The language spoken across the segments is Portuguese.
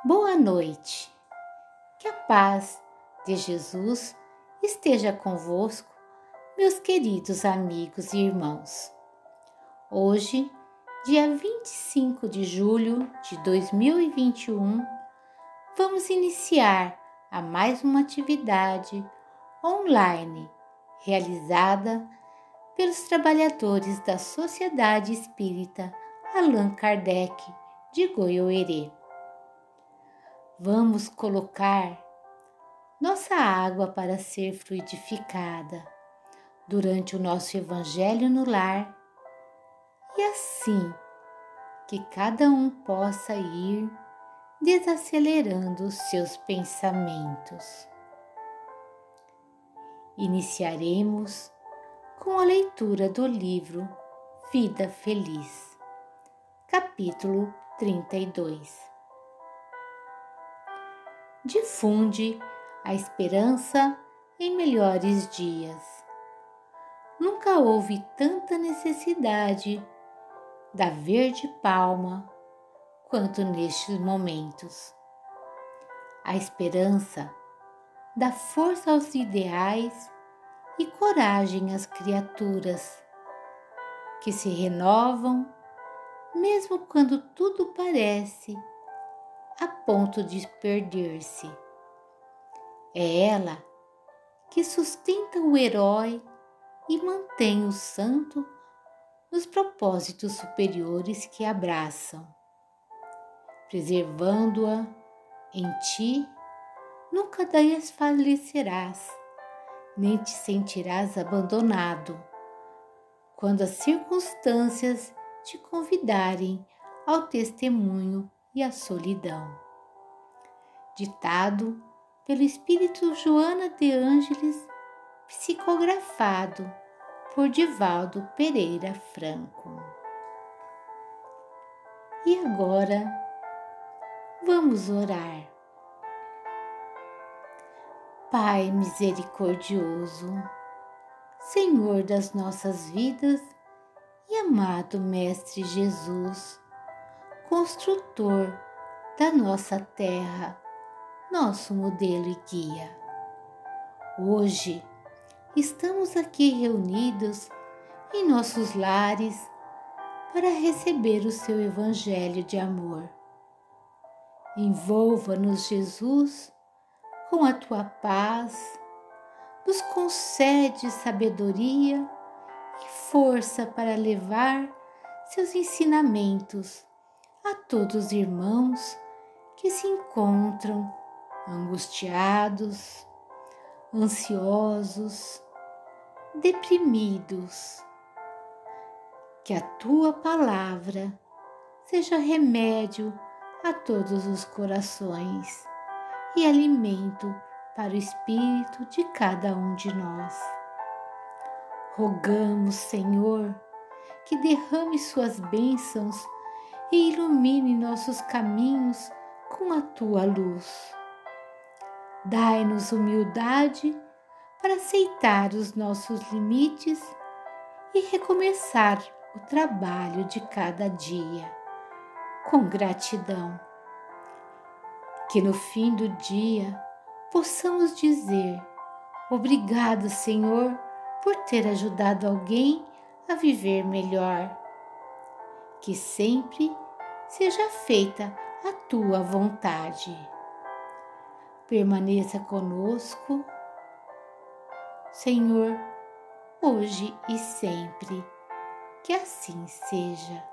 Boa noite. Que a paz de Jesus esteja convosco, meus queridos amigos e irmãos. Hoje, dia 25 de julho de 2021, vamos iniciar a mais uma atividade online realizada pelos trabalhadores da Sociedade Espírita Allan Kardec de Goiôerê. Vamos colocar nossa água para ser fluidificada durante o nosso Evangelho no lar e assim que cada um possa ir desacelerando os seus pensamentos. Iniciaremos com a leitura do livro Vida Feliz, capítulo 32. Difunde a esperança em melhores dias. Nunca houve tanta necessidade da verde palma quanto nestes momentos. A esperança dá força aos ideais e coragem às criaturas que se renovam mesmo quando tudo parece a ponto de perder-se. É ela que sustenta o herói e mantém o santo nos propósitos superiores que abraçam. Preservando-a em ti, nunca desfalecerás, nem te sentirás abandonado, quando as circunstâncias te convidarem ao testemunho e à solidão. Ditado pelo Espírito Joana de Ângeles, psicografado por Divaldo Pereira Franco. E agora, vamos orar. Pai misericordioso, Senhor das nossas vidas e amado Mestre Jesus, construtor da nossa terra, nosso modelo e guia. Hoje estamos aqui reunidos em nossos lares para receber o seu Evangelho de amor. Envolva-nos, Jesus, com a tua paz, nos concede sabedoria e força para levar seus ensinamentos a todos os irmãos que se encontram angustiados, ansiosos, deprimidos. Que a tua palavra seja remédio a todos os corações e alimento para o espírito de cada um de nós. Rogamos, Senhor, que derrame suas bênçãos e ilumine nossos caminhos com a tua luz. Dai-nos humildade para aceitar os nossos limites e recomeçar o trabalho de cada dia, com gratidão. Que no fim do dia possamos dizer: obrigado, Senhor, por ter ajudado alguém a viver melhor. Que sempre seja feita a tua vontade. Permaneça conosco, Senhor, hoje e sempre. Que assim seja.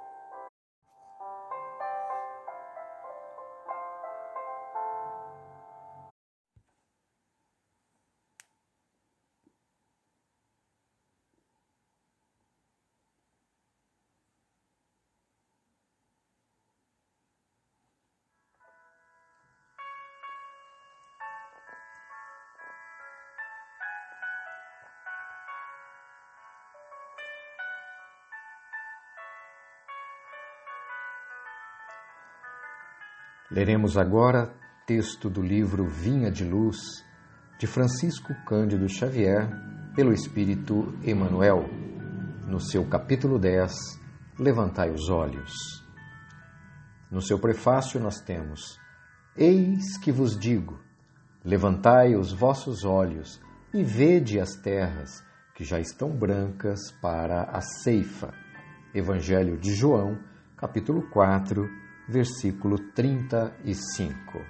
Leremos agora texto do livro Vinha de Luz, de Francisco Cândido Xavier, pelo Espírito Emmanuel, no seu capítulo 10, Levantai os olhos. No seu prefácio nós temos: Eis que vos digo, levantai os vossos olhos e vede as terras, que já estão brancas para a ceifa. Evangelho de João, capítulo 4, versículo 35.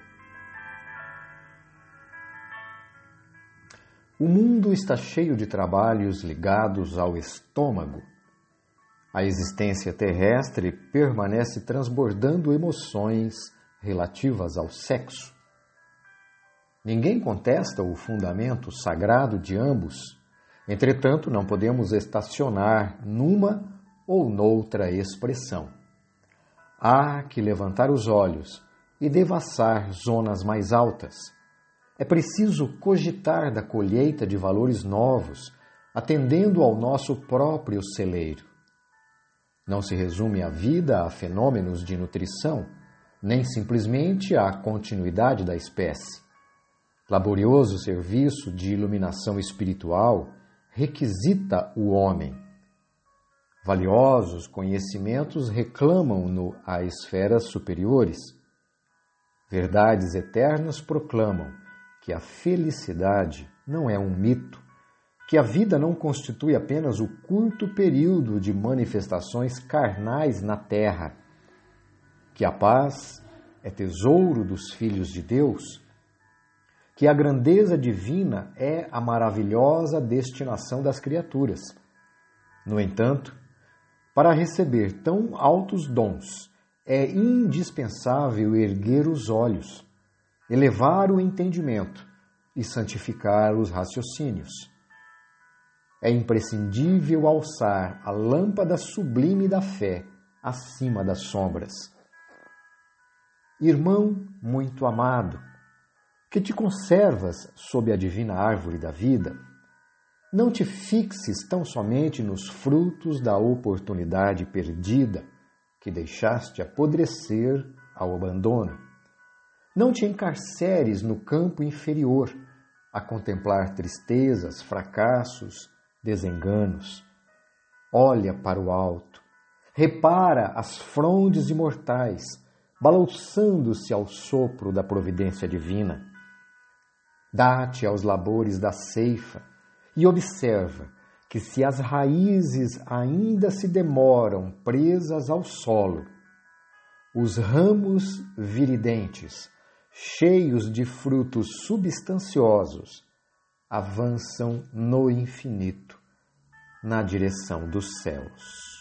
O mundo está cheio de trabalhos ligados ao estômago. A existência terrestre permanece transbordando emoções relativas ao sexo. Ninguém contesta o fundamento sagrado de ambos. Entretanto, não podemos estacionar numa ou noutra expressão. Há que levantar os olhos e devassar zonas mais altas. É preciso cogitar da colheita de valores novos, atendendo ao nosso próprio celeiro. Não se resume a vida a fenômenos de nutrição, nem simplesmente à continuidade da espécie. Laborioso serviço de iluminação espiritual requisita o homem. Valiosos conhecimentos reclamam-no a esferas superiores. Verdades eternas proclamam que a felicidade não é um mito, que a vida não constitui apenas o curto período de manifestações carnais na terra, que a paz é tesouro dos filhos de Deus, que a grandeza divina é a maravilhosa destinação das criaturas. No entanto, para receber tão altos dons, é indispensável erguer os olhos, elevar o entendimento e santificar os raciocínios. É imprescindível alçar a lâmpada sublime da fé acima das sombras. Irmão muito amado, que te conservas sob a divina árvore da vida, não te fixes tão somente nos frutos da oportunidade perdida que deixaste apodrecer ao abandono. Não te encarceres no campo inferior, a contemplar tristezas, fracassos, desenganos. Olha para o alto, repara as frondes imortais, balançando-se ao sopro da providência divina. Dá-te aos labores da ceifa e observa que se as raízes ainda se demoram presas ao solo, os ramos viridentes, cheios de frutos substanciosos, avançam no infinito, na direção dos céus.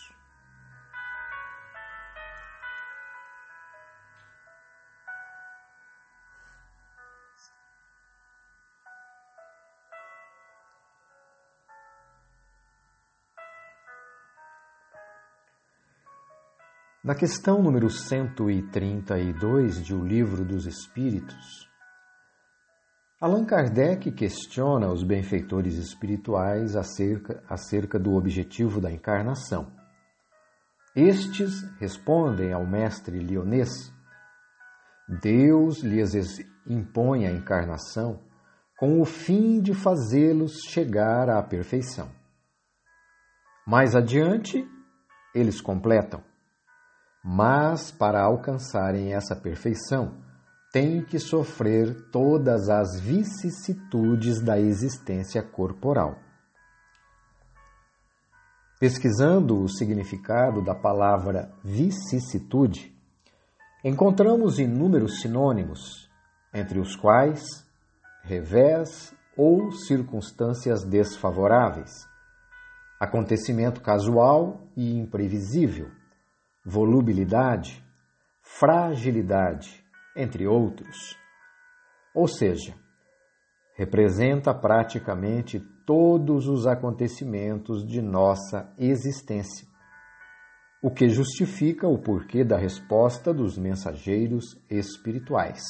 Na questão número 132 de O Livro dos Espíritos, Allan Kardec questiona os benfeitores espirituais acerca do objetivo da encarnação. Estes respondem ao mestre Lyonês: Deus lhes impõe a encarnação com o fim de fazê-los chegar à perfeição. Mais adiante, eles completam: mas para alcançarem essa perfeição, têm que sofrer todas as vicissitudes da existência corporal. Pesquisando o significado da palavra vicissitude, encontramos inúmeros sinônimos, entre os quais revés ou circunstâncias desfavoráveis, acontecimento casual e imprevisível, volubilidade, fragilidade, entre outros. Ou seja, representa praticamente todos os acontecimentos de nossa existência, o que justifica o porquê da resposta dos mensageiros espirituais.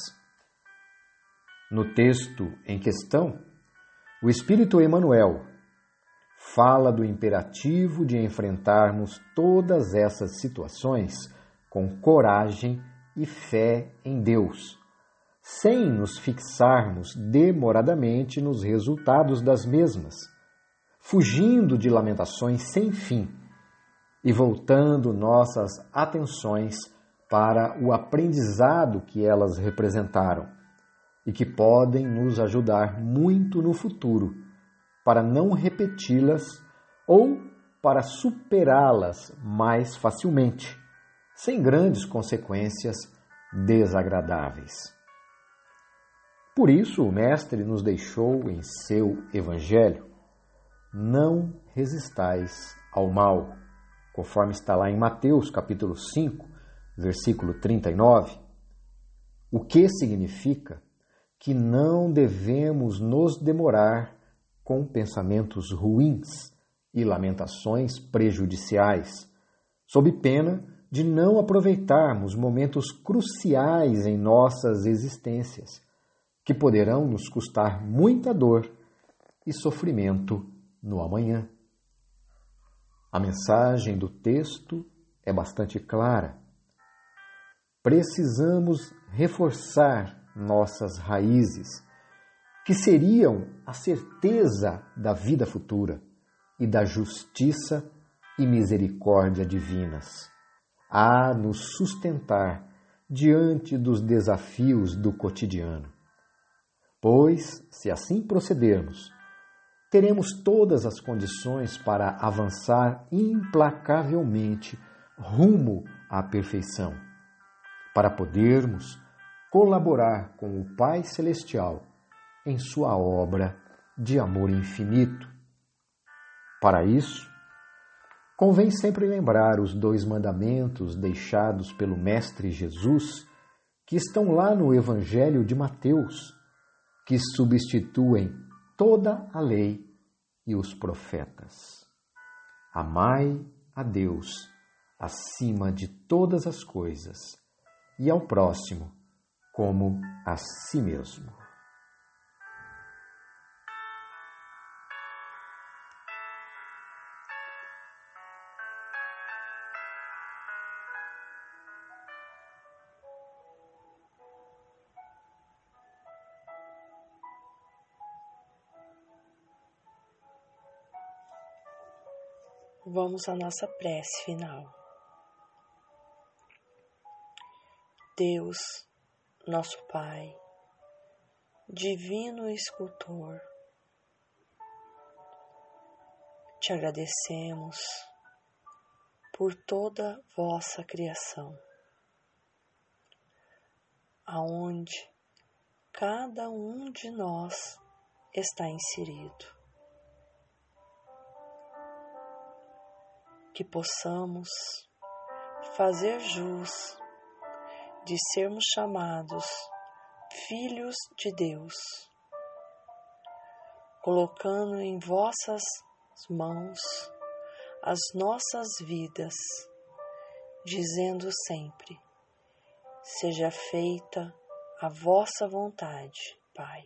No texto em questão, o Espírito Emmanuel fala do imperativo de enfrentarmos todas essas situações com coragem e fé em Deus, sem nos fixarmos demoradamente nos resultados das mesmas, fugindo de lamentações sem fim e voltando nossas atenções para o aprendizado que elas representaram e que podem nos ajudar muito no futuro para não repeti-las ou para superá-las mais facilmente, sem grandes consequências desagradáveis. Por isso, o Mestre nos deixou em seu Evangelho: não resistais ao mal, conforme está lá em Mateus capítulo 5, versículo 39, o que significa que não devemos nos demorar com pensamentos ruins e lamentações prejudiciais, sob pena de não aproveitarmos momentos cruciais em nossas existências, que poderão nos custar muita dor e sofrimento no amanhã. A mensagem do texto é bastante clara. Precisamos reforçar nossas raízes, que seriam a certeza da vida futura e da justiça e misericórdia divinas, a nos sustentar diante dos desafios do cotidiano. Pois, se assim procedermos, teremos todas as condições para avançar implacavelmente rumo à perfeição, para podermos colaborar com o Pai Celestial em sua obra de amor infinito. Para isso, convém sempre lembrar os 2 mandamentos deixados pelo Mestre Jesus, que estão lá no Evangelho de Mateus, que substituem toda a lei e os profetas. Amai a Deus acima de todas as coisas e ao próximo como a si mesmo. Vamos à nossa prece final. Deus, nosso Pai, Divino Escultor, te agradecemos por toda vossa criação, aonde cada um de nós está inserido. Que possamos fazer jus de sermos chamados filhos de Deus, colocando em vossas mãos as nossas vidas, dizendo sempre: seja feita a vossa vontade, Pai.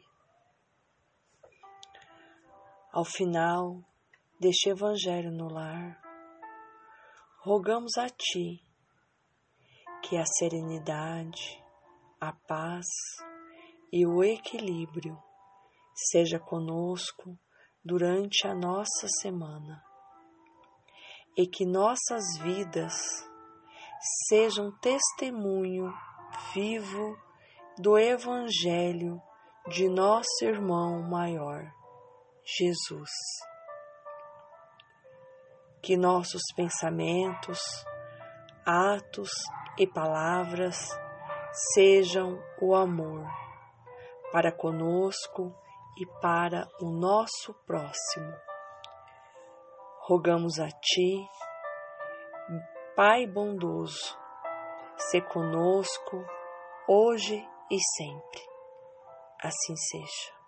Ao final deste Evangelho no lar, rogamos a Ti que a serenidade, a paz e o equilíbrio seja conosco durante a nossa semana e que nossas vidas sejam testemunho vivo do Evangelho de nosso irmão maior, Jesus. Que nossos pensamentos, atos e palavras sejam o amor para conosco e para o nosso próximo. Rogamos a Ti, Pai bondoso, se conosco hoje e sempre. Assim seja.